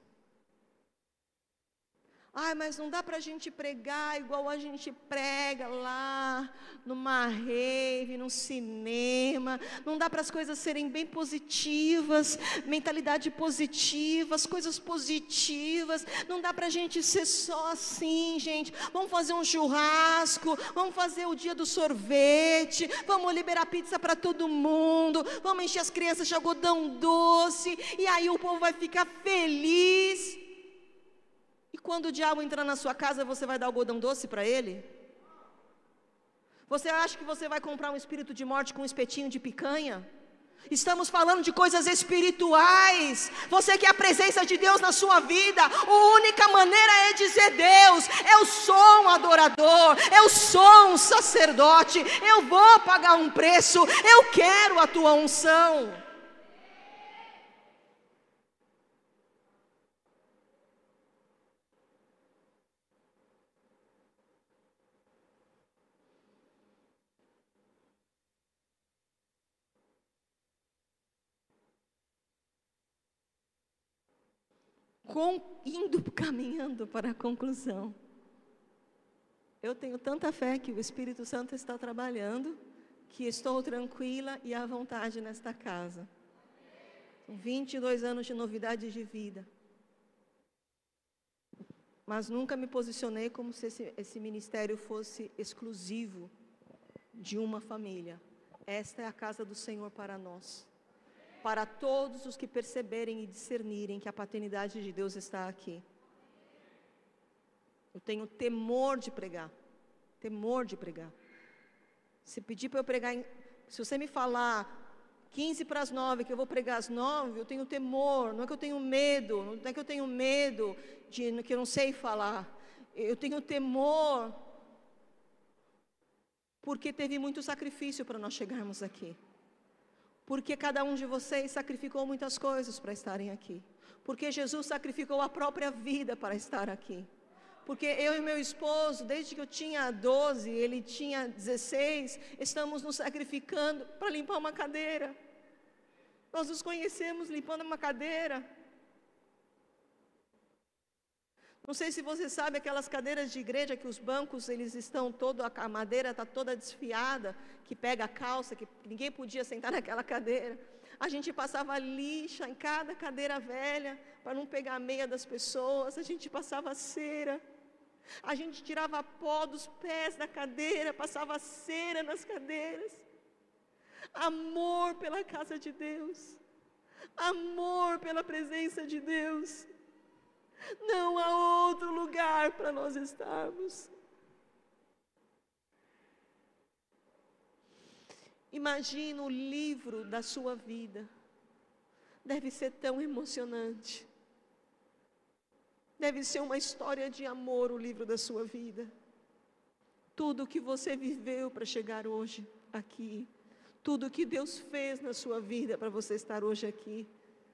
Ai, mas não dá para a gente pregar igual a gente prega lá, numa rave, num cinema. Não dá para as coisas serem bem positivas, mentalidade positiva, as coisas positivas. Não dá para a gente ser só assim, gente. Vamos fazer um churrasco, vamos fazer o dia do sorvete, vamos liberar pizza para todo mundo, vamos encher as crianças de algodão doce, e aí o povo vai ficar feliz. E quando o diabo entrar na sua casa, você vai dar algodão doce para ele? Você acha que você vai comprar um espírito de morte com um espetinho de picanha? Estamos falando de coisas espirituais. Você quer a presença de Deus na sua vida? A única maneira é dizer: Deus, eu sou um adorador, eu sou um sacerdote, eu vou pagar um preço, eu quero a tua unção. Com, indo, caminhando para a conclusão. Eu tenho tanta fé que o Espírito Santo está trabalhando, que estou tranquila e à vontade nesta casa. São vinte e dois anos de novidade de vida. Mas nunca me posicionei como se esse, esse ministério fosse exclusivo de uma família. Esta é a casa do Senhor para nós. Para todos os que perceberem e discernirem que a paternidade de Deus está aqui. Eu tenho temor de pregar, temor de pregar. Se pedir para eu pregar, em, se você me falar quinze para as nove, que eu vou pregar às nove, eu tenho temor. Não é que eu tenho medo, não é que eu tenho medo de que eu não sei falar. Eu tenho temor, porque teve muito sacrifício para nós chegarmos aqui. Porque cada um de vocês sacrificou muitas coisas para estarem aqui. Porque Jesus sacrificou a própria vida para estar aqui. Porque eu e meu esposo, desde que eu tinha doze, ele tinha dezesseis, estamos nos sacrificando para limpar uma cadeira. Nós nos conhecemos limpando uma cadeira. Não sei se você sabe aquelas cadeiras de igreja que os bancos, eles estão todo, a madeira está toda desfiada, que pega a calça, que ninguém podia sentar naquela cadeira. A gente passava lixa em cada cadeira velha, para não pegar a meia das pessoas. A gente passava cera. A gente tirava pó dos pés da cadeira, passava cera nas cadeiras. Amor pela casa de Deus. Amor pela presença de Deus. Não há outro lugar para nós estarmos. Imagina o livro da sua vida. Deve ser tão emocionante. Deve ser uma história de amor o livro da sua vida. Tudo que você viveu para chegar hoje aqui. Tudo que Deus fez na sua vida para você estar hoje aqui.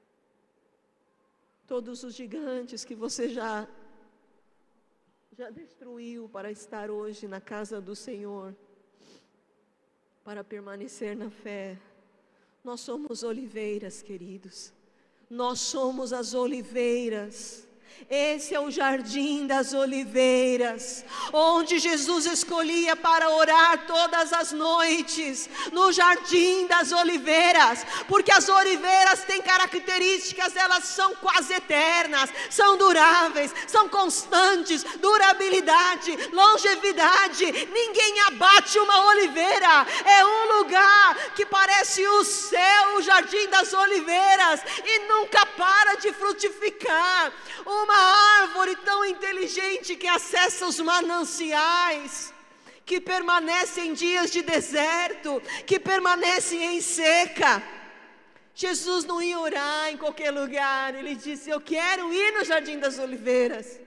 Todos os gigantes que você já, já destruiu para estar hoje na casa do Senhor. Para permanecer na fé. Nós somos oliveiras, queridos. Nós somos as oliveiras. Esse é o jardim das oliveiras, onde Jesus escolhia para orar todas as noites, no jardim das oliveiras, porque as oliveiras têm características, elas são quase eternas, são duráveis, são constantes, durabilidade, longevidade. Ninguém abate uma oliveira, é um lugar que parece o céu, o jardim das oliveiras, e nunca para de frutificar. Uma árvore tão inteligente que acessa os mananciais, que permanece em dias de deserto, que permanece em seca. Jesus não ia orar em qualquer lugar, ele disse: eu quero ir no jardim das oliveiras.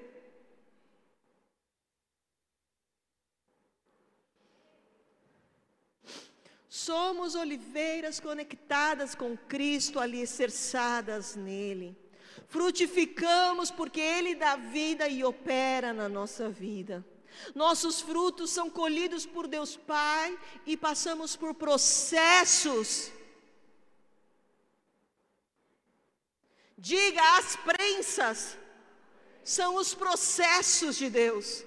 Somos oliveiras conectadas com Cristo, alicerçadas nele. Frutificamos porque Ele dá vida e opera na nossa vida. Nossos frutos são colhidos por Deus Pai e passamos por processos. Diga, as prensas são os processos de Deus.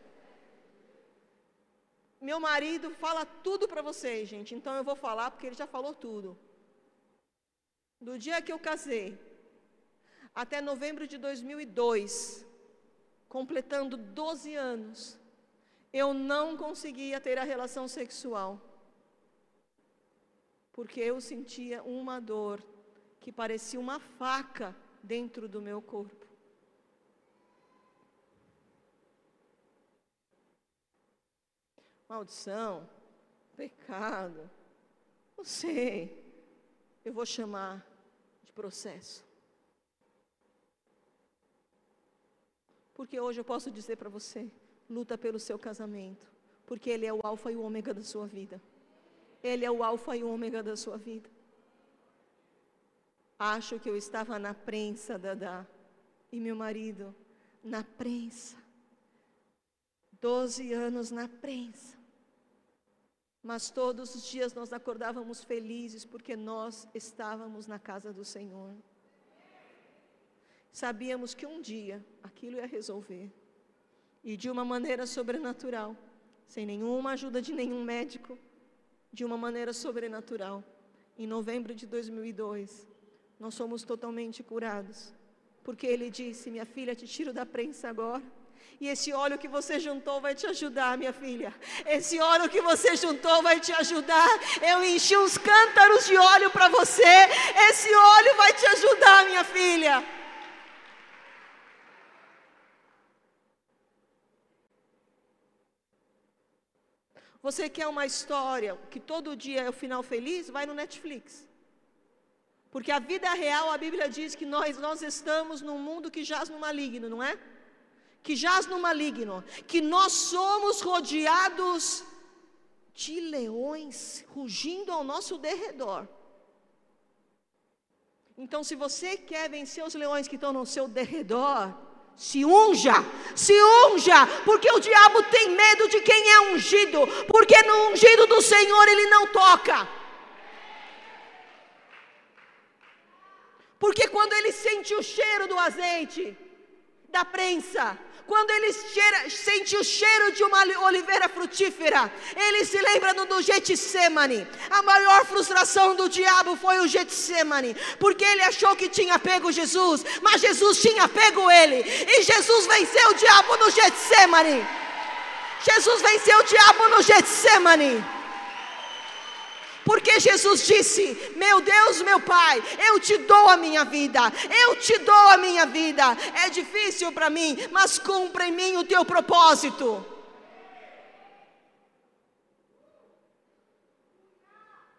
Meu marido fala tudo para vocês, gente, então eu vou falar porque ele já falou tudo. Do dia que eu casei até novembro de dois mil e dois, completando doze anos, eu não conseguia ter a relação sexual, porque eu sentia uma dor que parecia uma faca dentro do meu corpo. Maldição, pecado, não sei, eu vou chamar de processo. Porque hoje eu posso dizer para você, luta pelo seu casamento, porque ele é o alfa e o ômega da sua vida. Ele é o alfa e o ômega da sua vida. Acho que eu estava na prensa, Dadá, e meu marido na prensa. Doze anos na prensa. Mas todos os dias nós acordávamos felizes, porque nós estávamos na casa do Senhor. Sabíamos que um dia aquilo ia resolver. E de uma maneira sobrenatural, sem nenhuma ajuda de nenhum médico, de uma maneira sobrenatural, em novembro de dois mil e dois, nós somos totalmente curados. Porque Ele disse: minha filha, te tiro da prensa agora. E esse óleo que você juntou vai te ajudar, minha filha. Esse óleo que você juntou vai te ajudar. Eu enchi uns cântaros de óleo para você. Esse óleo vai te ajudar, minha filha. Você quer uma história que todo dia é o final feliz? Vai no Netflix. Porque a vida real, a Bíblia diz que nós, nós estamos num mundo que jaz no maligno, não é? Que jaz no maligno. Que nós somos rodeados de leões rugindo ao nosso derredor. Então, se você quer vencer os leões que estão no seu derredor, se unja, se unja, porque o diabo tem medo de quem é ungido, porque no ungido do Senhor ele não toca. Porque quando ele sente o cheiro do azeite, da prensa, quando ele cheira, sente o cheiro de uma oliveira frutífera, ele se lembra do, do Getsemane. A maior frustração do diabo foi o Getsemane, porque ele achou que tinha pego Jesus, mas Jesus tinha pego ele, e Jesus venceu o diabo no Getsemane. Jesus venceu o diabo no Getsemane. Porque Jesus disse: meu Deus, meu Pai, eu te dou a minha vida, eu te dou a minha vida, é difícil para mim, mas cumpra em mim o teu propósito.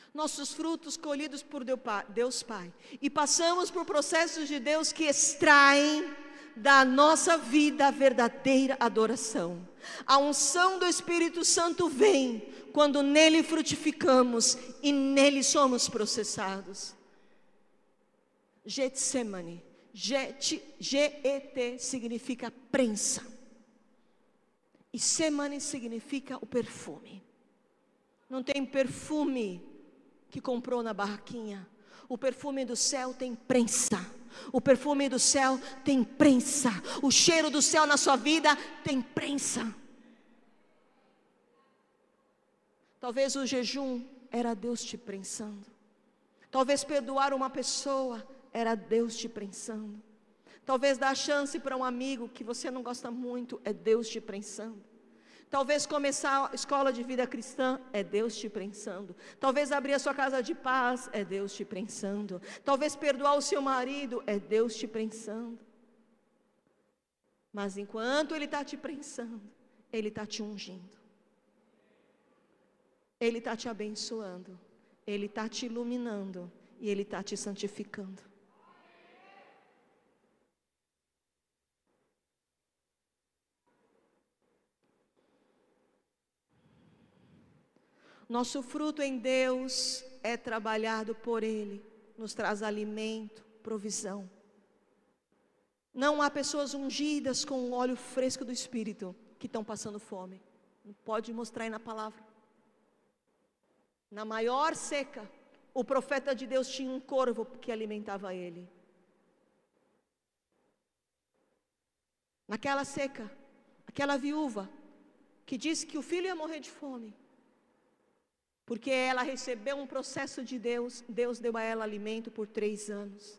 nossos frutos colhidos por Deus Pai, e passamos por processos de Deus que extraem da nossa vida a verdadeira adoração. A unção do Espírito Santo vem quando nele frutificamos e nele somos processados. Getsemane, G E T significa prensa, e semane significa o perfume. Não tem perfume que comprou na barraquinha. O perfume do céu tem prensa. O perfume do céu tem prensa. O cheiro do céu na sua vida tem prensa. Talvez o jejum era Deus te prensando. Talvez perdoar uma pessoa era Deus te prensando. Talvez dar chance para um amigo que você não gosta muito é Deus te prensando. Talvez começar a escola de vida cristã é Deus te prensando. Talvez abrir a sua casa de paz é Deus te prensando. Talvez perdoar o seu marido é Deus te prensando. Mas enquanto Ele está te prensando, Ele está te ungindo, Ele está te abençoando, Ele está te iluminando e Ele está te santificando. Nosso fruto em Deus é trabalhado por Ele, nos traz alimento, provisão. Não há pessoas ungidas com o óleo fresco do Espírito que estão passando fome. Não pode mostrar aí na palavra. Na maior seca, o profeta de Deus tinha um corvo que alimentava ele. Naquela seca, aquela viúva que disse que o filho ia morrer de fome, porque ela recebeu um processo de Deus, Deus deu a ela alimento por três anos.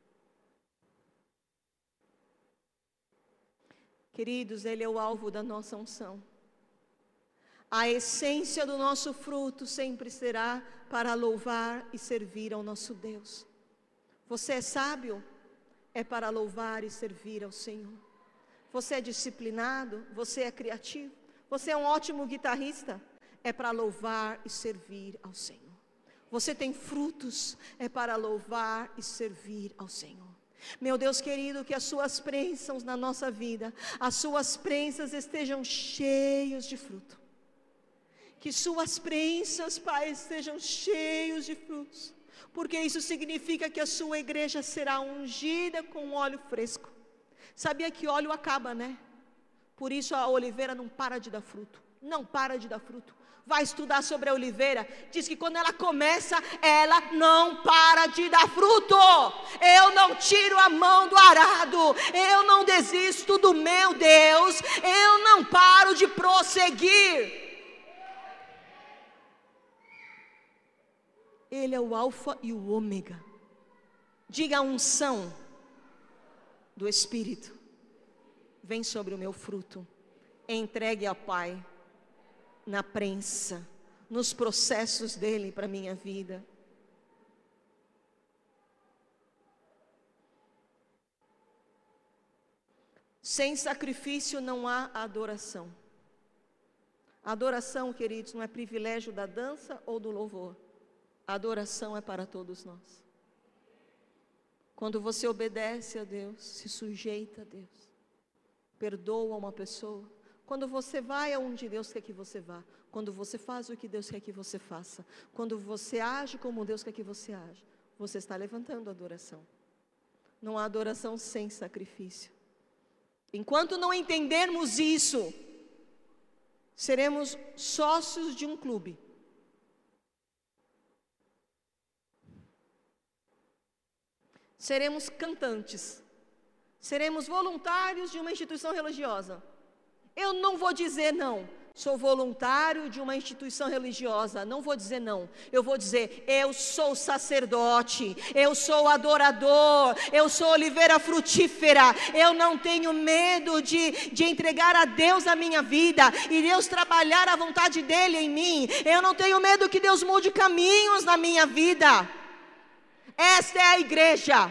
Queridos, Ele é o alvo da nossa unção. A essência do nosso fruto sempre será para louvar e servir ao nosso Deus. Você é sábio? É para louvar e servir ao Senhor. Você é disciplinado? Você é criativo? Você é um ótimo guitarrista? É para louvar e servir ao Senhor. Você tem frutos, é para louvar e servir ao Senhor. Meu Deus querido, que as suas prensas na nossa vida, as suas prensas estejam cheios de fruto. Que suas prensas, Pai, estejam cheios de frutos. Porque isso significa que a sua igreja será ungida com óleo fresco. Sabia que óleo acaba, né? Por isso a oliveira não para de dar fruto. Não para de dar fruto. Vai estudar sobre a oliveira, diz que quando ela começa, ela não para de dar fruto. Eu não tiro a mão do arado, eu não desisto do meu Deus, eu não paro de prosseguir. Ele é o alfa e o ômega. Diga a unção do Espírito, vem sobre o meu fruto, entregue ao Pai, na prensa, nos processos dele para a minha vida. Sem sacrifício não há adoração. A adoração, queridos, não é privilégio da dança ou do louvor. A adoração é para todos nós. Quando você obedece a Deus, se sujeita a Deus, perdoa uma pessoa, quando você vai aonde Deus quer que você vá, quando você faz o que Deus quer que você faça, quando você age como Deus quer que você age, você está levantando a adoração. Não há adoração sem sacrifício. Enquanto não entendermos isso, seremos sócios de um clube. Seremos cantantes. Seremos voluntários de uma instituição religiosa. Eu não vou dizer não, sou voluntário de uma instituição religiosa, não vou dizer não, eu vou dizer, eu sou sacerdote, eu sou adorador, eu sou oliveira frutífera, eu não tenho medo de, de entregar a Deus a minha vida, e Deus trabalhar a vontade dEle em mim, eu não tenho medo que Deus mude caminhos na minha vida. Esta é a igreja.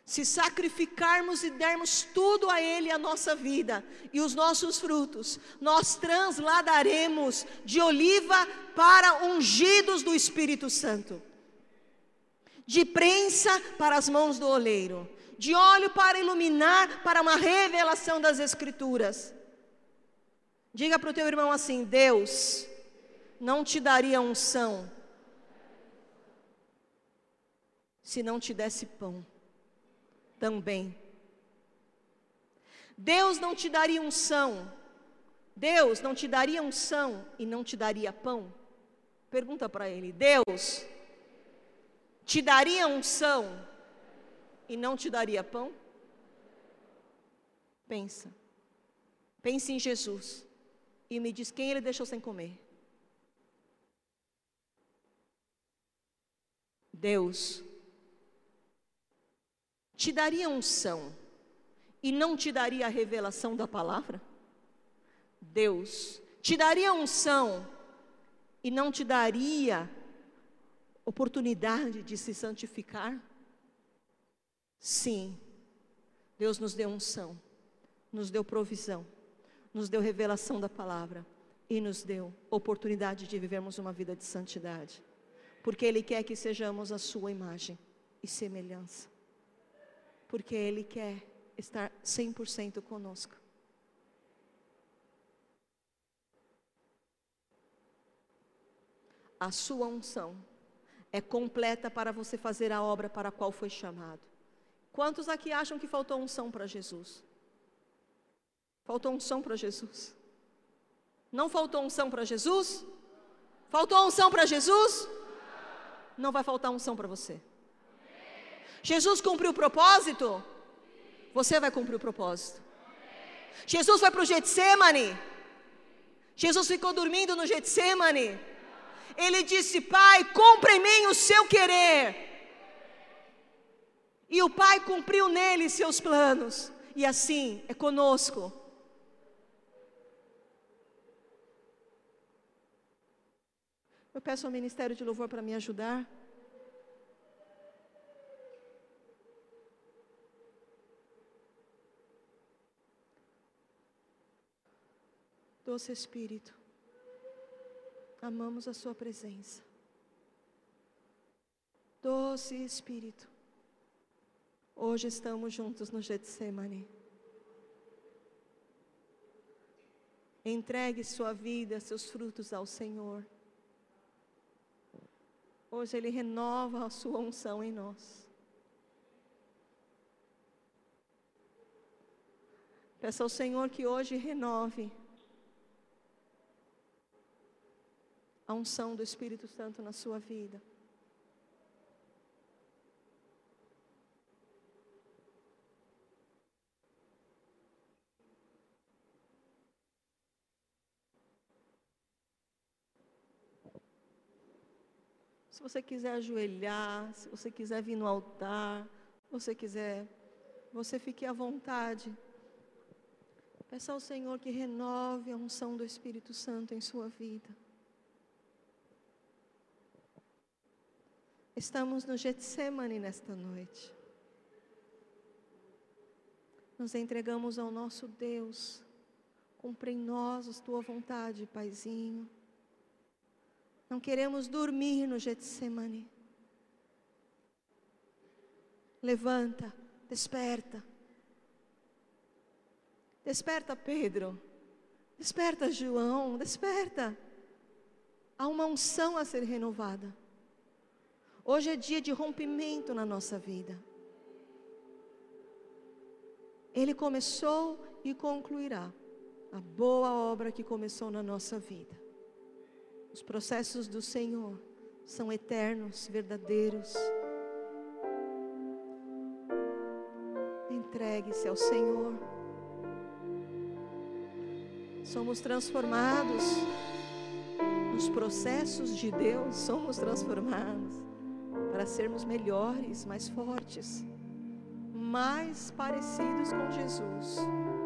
se sacrificarmos e dermos tudo a Ele, a nossa vida e os nossos frutos, nós transladaremos de oliva para ungidos do Espírito Santo, de prensa para as mãos do oleiro, de óleo para iluminar, para uma revelação das Escrituras. Diga para o teu irmão assim: Deus não te daria unção se não te desse pão também. Deus não te daria unção, Deus não te daria unção e não te daria pão? Pergunta para ele: Deus te daria unção e não te daria pão? Pensa, pense em Jesus e me diz quem Ele deixou sem comer. Deus te daria unção e não te daria a revelação da palavra? Deus te daria unção e não te daria oportunidade de se santificar? Sim, Deus nos deu unção, nos deu provisão, nos deu revelação da palavra e nos deu oportunidade de vivermos uma vida de santidade, porque Ele quer que sejamos a sua imagem e semelhança, porque Ele quer estar cem por cento conosco. A sua unção é completa para você fazer a obra para a qual foi chamado. Quantos aqui acham que faltou unção para Jesus? Faltou unção para Jesus? Não faltou unção para Jesus? Faltou unção para Jesus? Não vai faltar unção para você. Jesus cumpriu o propósito? Você vai cumprir o propósito. Jesus foi para o Getsemane? Jesus ficou dormindo no Getsemane? Ele disse: Pai, cumpra em mim o seu querer. E o Pai cumpriu nele seus planos. E assim é conosco. Eu peço ao Ministério de Louvor para me ajudar. Doce Espírito, amamos a sua presença. Doce Espírito, hoje estamos juntos no Getsemane. Entregue sua vida, seus frutos ao Senhor. Hoje Ele renova a sua unção em nós. Peça ao Senhor que hoje renove a unção do Espírito Santo na sua vida. Se você quiser ajoelhar, se você quiser vir no altar, você quiser, você fique à vontade. Peça ao Senhor que renove a unção do Espírito Santo em sua vida. Estamos no Getsemane nesta noite. Nos entregamos ao nosso Deus. Cumpre em nós a tua vontade, Paizinho. Não queremos dormir no Getsemane. Levanta, desperta. Desperta, Pedro. Desperta, João. Desperta. Há uma unção a ser renovada. Hoje é dia de rompimento na nossa vida. Ele começou e concluirá a boa obra que começou na nossa vida. Os processos do Senhor são eternos, verdadeiros. Entregue-se ao Senhor. Somos transformados nos processos de Deus, somos transformados para sermos melhores, mais fortes, mais parecidos com Jesus.